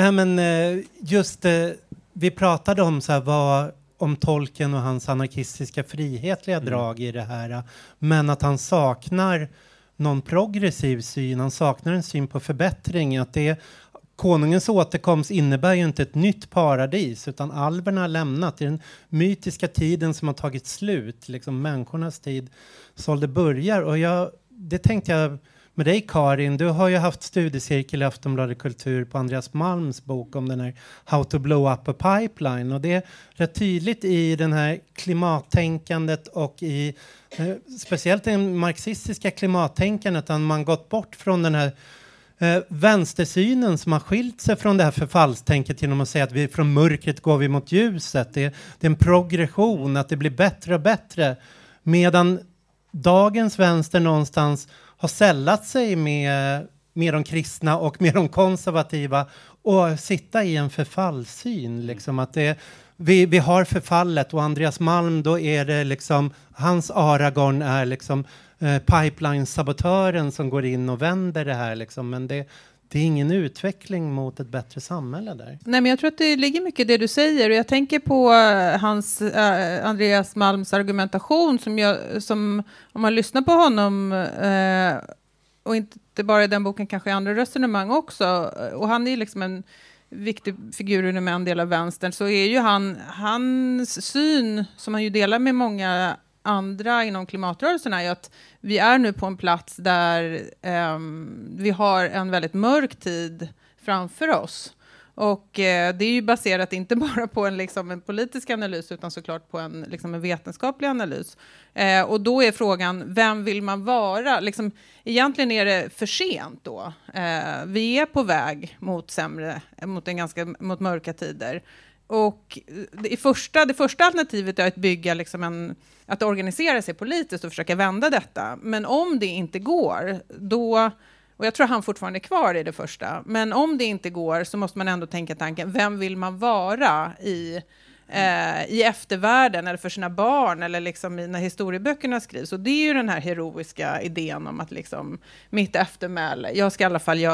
vi pratade om så här, om Tolkien och hans anarkistiska frihetliga drag i det här, men att han saknar någon progressiv syn, han saknar en syn på förbättring, att konungens återkomst innebär ju inte ett nytt paradis, utan alverna har lämnat. Det är den mytiska tiden som har tagit slut, liksom människornas tid sålde börjar. Och det tänkte jag med dig, Karin. Du har ju haft studiecirkel i Aftonbladet Kultur på Andreas Malms bok om den här How to blow up a pipeline. Och det är rätt tydligt i den här klimattänkandet och i speciellt det marxistiska klimattänkandet, att man gått bort från den här vänstersynen som har skilt sig från det här förfallstänket genom att säga att vi från mörkret går vi mot ljuset. Det är en progression, att det blir bättre och bättre. Medan dagens vänster någonstans har sällat sig med de kristna och med de konservativa och sitta i en förfallssyn. Liksom, att vi har förfallet, och Andreas Malm, då är det liksom, hans Aragorn är liksom pipeline-sabotören som går in och vänder det här. Liksom. Men det är ingen utveckling mot ett bättre samhälle där. Nej, men jag tror att det ligger mycket i det du säger. Och jag tänker på Andreas Malms argumentation som om man lyssnar på honom och inte bara i den boken, kanske i andra resonemang också. Och han är liksom en viktig figur inom en del av vänstern. Så är ju hans syn, som han ju delar med många andra inom klimatrörelsen, är ju att vi är nu på en plats där vi har en väldigt mörk tid framför oss. Och det är ju baserat inte bara på en politisk analys, utan såklart på en vetenskaplig analys. Och då är frågan, vem vill man vara? Egentligen är det för sent då. Vi är på väg mot mot mörka tider. Och det första alternativet är att bygga att organisera sig politiskt och försöka vända detta. Men om det inte går, då, och jag tror han fortfarande är kvar i det första, men om det inte går så måste man ändå tänka tanken, vem vill man vara i eftervärlden eller för sina barn, eller när historieböckerna skrivs. Och det är ju den här heroiska idén om att mitt eftermäle, jag ska i alla fall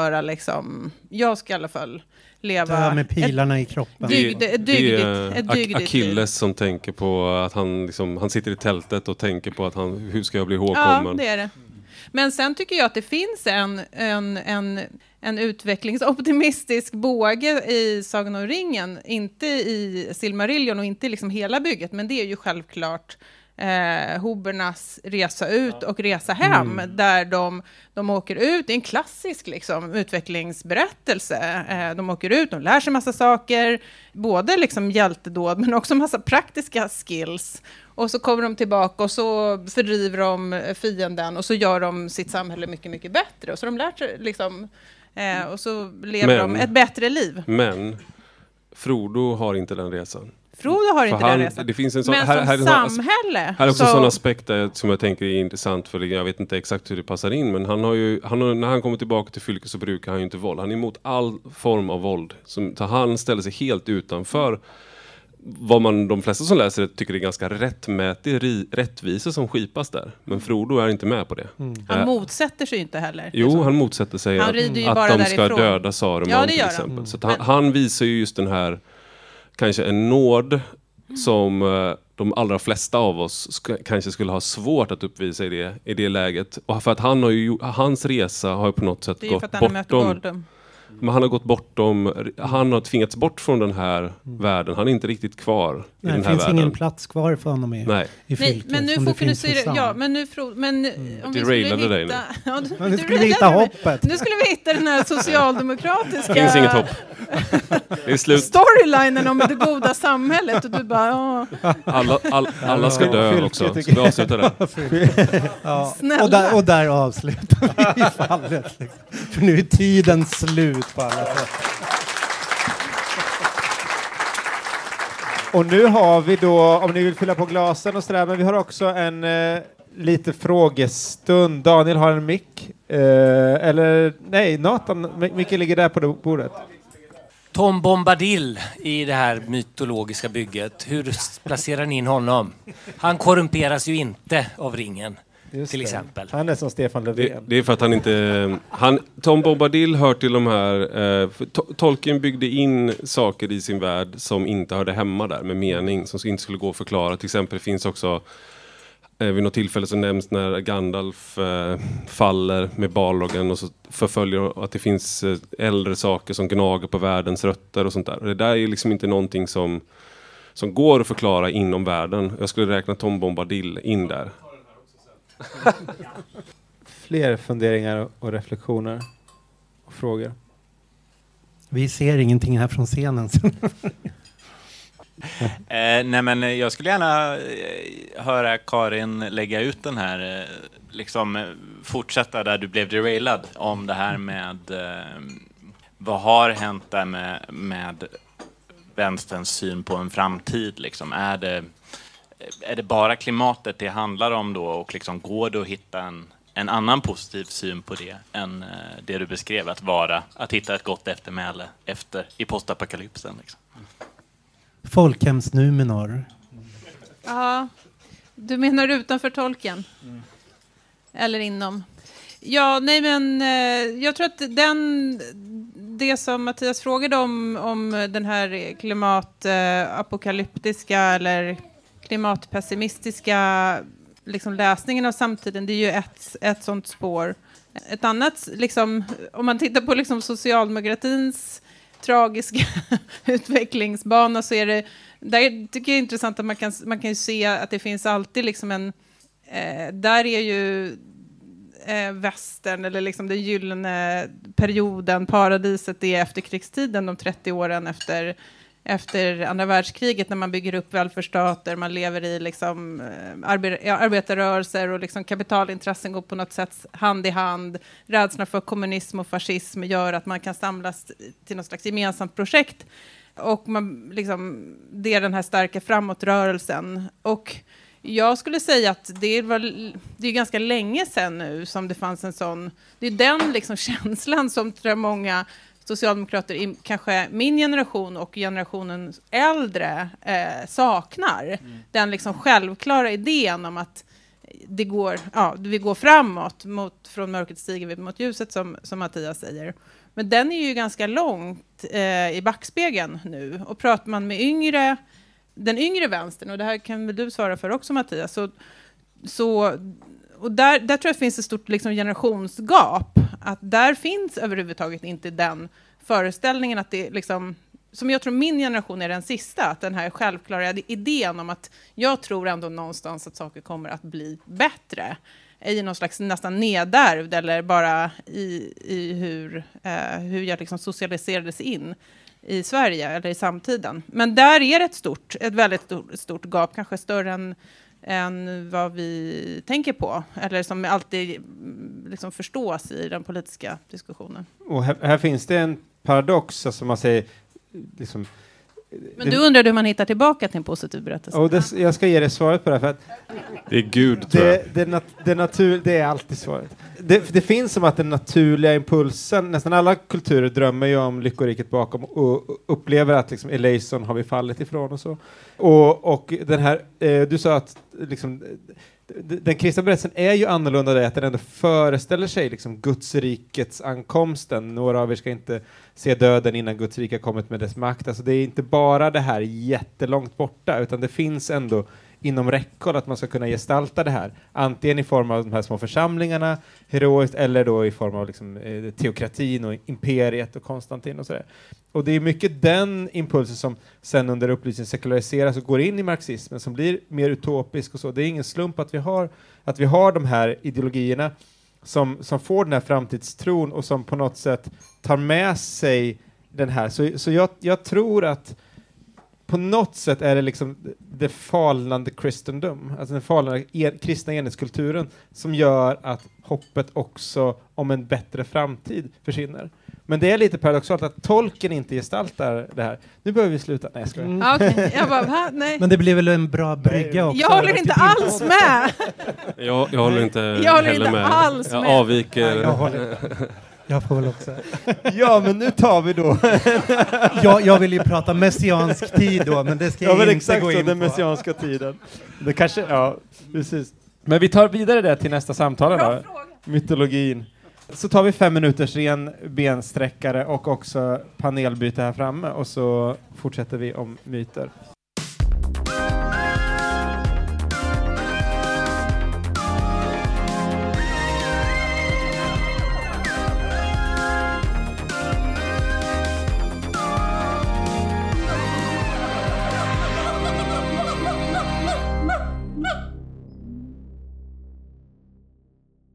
leva med pilarna i kroppen. Det är Achilles som tänker på att han sitter i tältet och tänker på att hur ska jag bli ihågkommen? Ja, det är det. Men sen tycker jag att det finns en utvecklingsoptimistisk båge i Sagan om ringen, inte i Silmarillion och inte hela bygget, men det är ju självklart Hobernas resa ut och resa hem, där de åker ut. Det är en klassisk utvecklingsberättelse. De åker ut, de lär sig massa saker, både hjältedåd men också massa praktiska skills. Och så kommer de tillbaka och så fördriver de fienden och så gör de sitt samhälle mycket, mycket bättre. Och så de lär sig och så lever de ett bättre liv. Men Frodo har inte den resan. Frodo har inte den resan. Det finns en men som samhälle. Här är också en sån aspekt som jag tänker är intressant, för jag vet inte exakt hur det passar in, men när han kommer tillbaka till fylket så brukar han ju inte våld. Han är emot all form av våld. Så han ställer sig helt utanför vad de flesta som läser det tycker är ganska rättmätig rättvisa som skipas där. Men Frodo är inte med på det. Han motsätter sig inte heller. Jo, han motsätter sig att de ska döda Saruman till exempel. Så han visar ju just den här kanske en nåd som de allra flesta av oss kanske skulle ha svårt att uppvisa i det läget. Och för att hans resa har ju på något sätt gått bortom. Men han har gått bortom, han har tvingats bort från den här världen. Han är inte riktigt kvar i den här världen. Det finns ingen plats kvar för honom i fylket. Men nu fokuserar om vi skulle hitta hoppet. Nu skulle vi hitta den här socialdemokratiska. Det finns inget hopp. Det är slut. Storylinen om det goda samhället, och du bara alla ska dö också. Ska vi avsluta det? Och där avslutar vi fallet. För nu är tiden slut på alla sätt. Och nu har vi då, om ni vill fylla på glasen och sådär, men vi har också en lite frågestund. Daniel har en mick. Eller nej, Nathan, micken ligger där på bordet. Tom Bombadil i det här mytologiska bygget. Hur placerar ni in honom? Han korrumperas ju inte av ringen. Just till det. exempel. Han är som Stefan Löfven. Det är för att han inte... Tom Bombadil hör till de här... Tolkien byggde in saker i sin värld som inte hörde hemma där med mening, som inte skulle gå att förklara. Till exempel finns också... vid något tillfälle så nämns när Gandalf faller med Balrogen och så förföljer att det finns äldre saker som gnager på världens rötter och sånt där. Och det där är liksom inte någonting som går att förklara inom världen. Jag skulle räkna Tom Bombadil in där. Fler funderingar och reflektioner och frågor. Vi ser ingenting här från scenen. Nej, men jag skulle gärna höra Karin lägga ut den här, liksom fortsätta där du blev derailad om det här med vad har hänt där med vänsterns syn på en framtid liksom. Är det bara klimatet det handlar om då, och liksom går det att hitta en annan positiv syn på det än det du beskrev, att hitta ett gott eftermäle i postapokalypsen liksom. Folkhemsnumenor. Ja, du menar utanför tolken? Eller inom? Ja, nej men jag tror att det som Mattias frågade om den här klimatapokalyptiska eller klimatpessimistiska liksom läsningen av samtiden, det är ju ett sånt spår. Ett annat, liksom, om man tittar på liksom socialdemokratins tragiska utvecklingsbana, så är det, där tycker jag är intressant att man kan ju se att det finns alltid liksom en, där är ju västern eller liksom den gyllene perioden, paradiset, det är efterkrigstiden, de 30 åren efter andra världskriget, när man bygger upp välfärdsstater, man lever i liksom arbetarrörelser och liksom kapitalintressen går på något sätt hand i hand. Rädslan för kommunism och fascism gör att man kan samlas till något slags gemensamt projekt, och man liksom, det är den här starka framåtrörelsen. Och jag skulle säga att det är ganska länge sedan nu som det fanns en sån, det är den liksom känslan som tror jag många socialdemokrater i kanske min generation och generationen äldre saknar. Den liksom självklara idén om att vi går framåt, från mörkret stiger vi mot ljuset, som Mattias säger. Men den är ju ganska långt i backspegeln nu. Och pratar man med den yngre vänstern, och det här kan väl du svara för också, Mattias, och där tror jag finns ett stort liksom generationsgap. Att där finns överhuvudtaget inte den föreställningen att det liksom, som jag tror min generation är den sista, att den här självklara idén om att jag tror ändå någonstans att saker kommer att bli bättre i någon slags nästan nedärvd, eller bara i hur jag liksom socialiserades in i Sverige eller i samtiden. Men där är det ett väldigt stort gap, kanske större än vad vi tänker på, eller som alltid liksom förstås i den politiska diskussionen. Och här finns det en paradox, alltså man säger liksom, men du undrar hur man hittar tillbaka till en positiv berättelse. Och jag ska ge dig svaret på det, för att det är Gud, tror jag. Det är alltid svaret. Det finns som att den naturliga impulsen, nästan alla kulturer drömmer ju om lyckoriket bakom och upplever att liksom Eleison har vi fallit ifrån och så. Och den här, du sa att liksom, den kristna berättelsen är ju annorlunda där, att den ändå föreställer sig liksom Guds rikets ankomsten. Några av er ska inte se döden innan Guds rike har kommit med dess makt. Alltså det är inte bara det här jättelångt borta, utan det finns ändå inom räckhåll att man ska kunna gestalta det här. Antingen i form av de här små församlingarna, heroiskt, eller då i form av liksom, teokratin och imperiet och Konstantin och sådär. Och det är mycket den impulsen som sen under upplysningen sekulariseras och går in i marxismen, som blir mer utopisk och så. Det är ingen slump att vi har de här ideologierna som får den här framtidstron och som på något sätt tar med sig den här. Så jag tror att på något sätt är det liksom det falnande kristendom, alltså den falnande kristna enhetskulturen, som gör att hoppet också om en bättre framtid försvinner. Men det är lite paradoxalt att tolken inte gestaltar det här. Nu börjar vi sluta. Nej, jag skojar. Okej, jag bara, va? Nej. Men det blir väl en bra brygga också? Jag håller inte alls med. Jag håller inte Jag håller heller inte med. alls Jag med. avviker. Jag får väl också. Ja, men nu tar vi då. Jag vill ju prata messiansk tid då, men det ska jag men inte exakt gå så, in den på. messianska tiden. Det kanske, ja, precis. Men vi tar vidare det till nästa samtal då. Mytologin. Så tar vi 5 minuters ren bensträckare och också panelbyte här framme och så fortsätter vi om myter.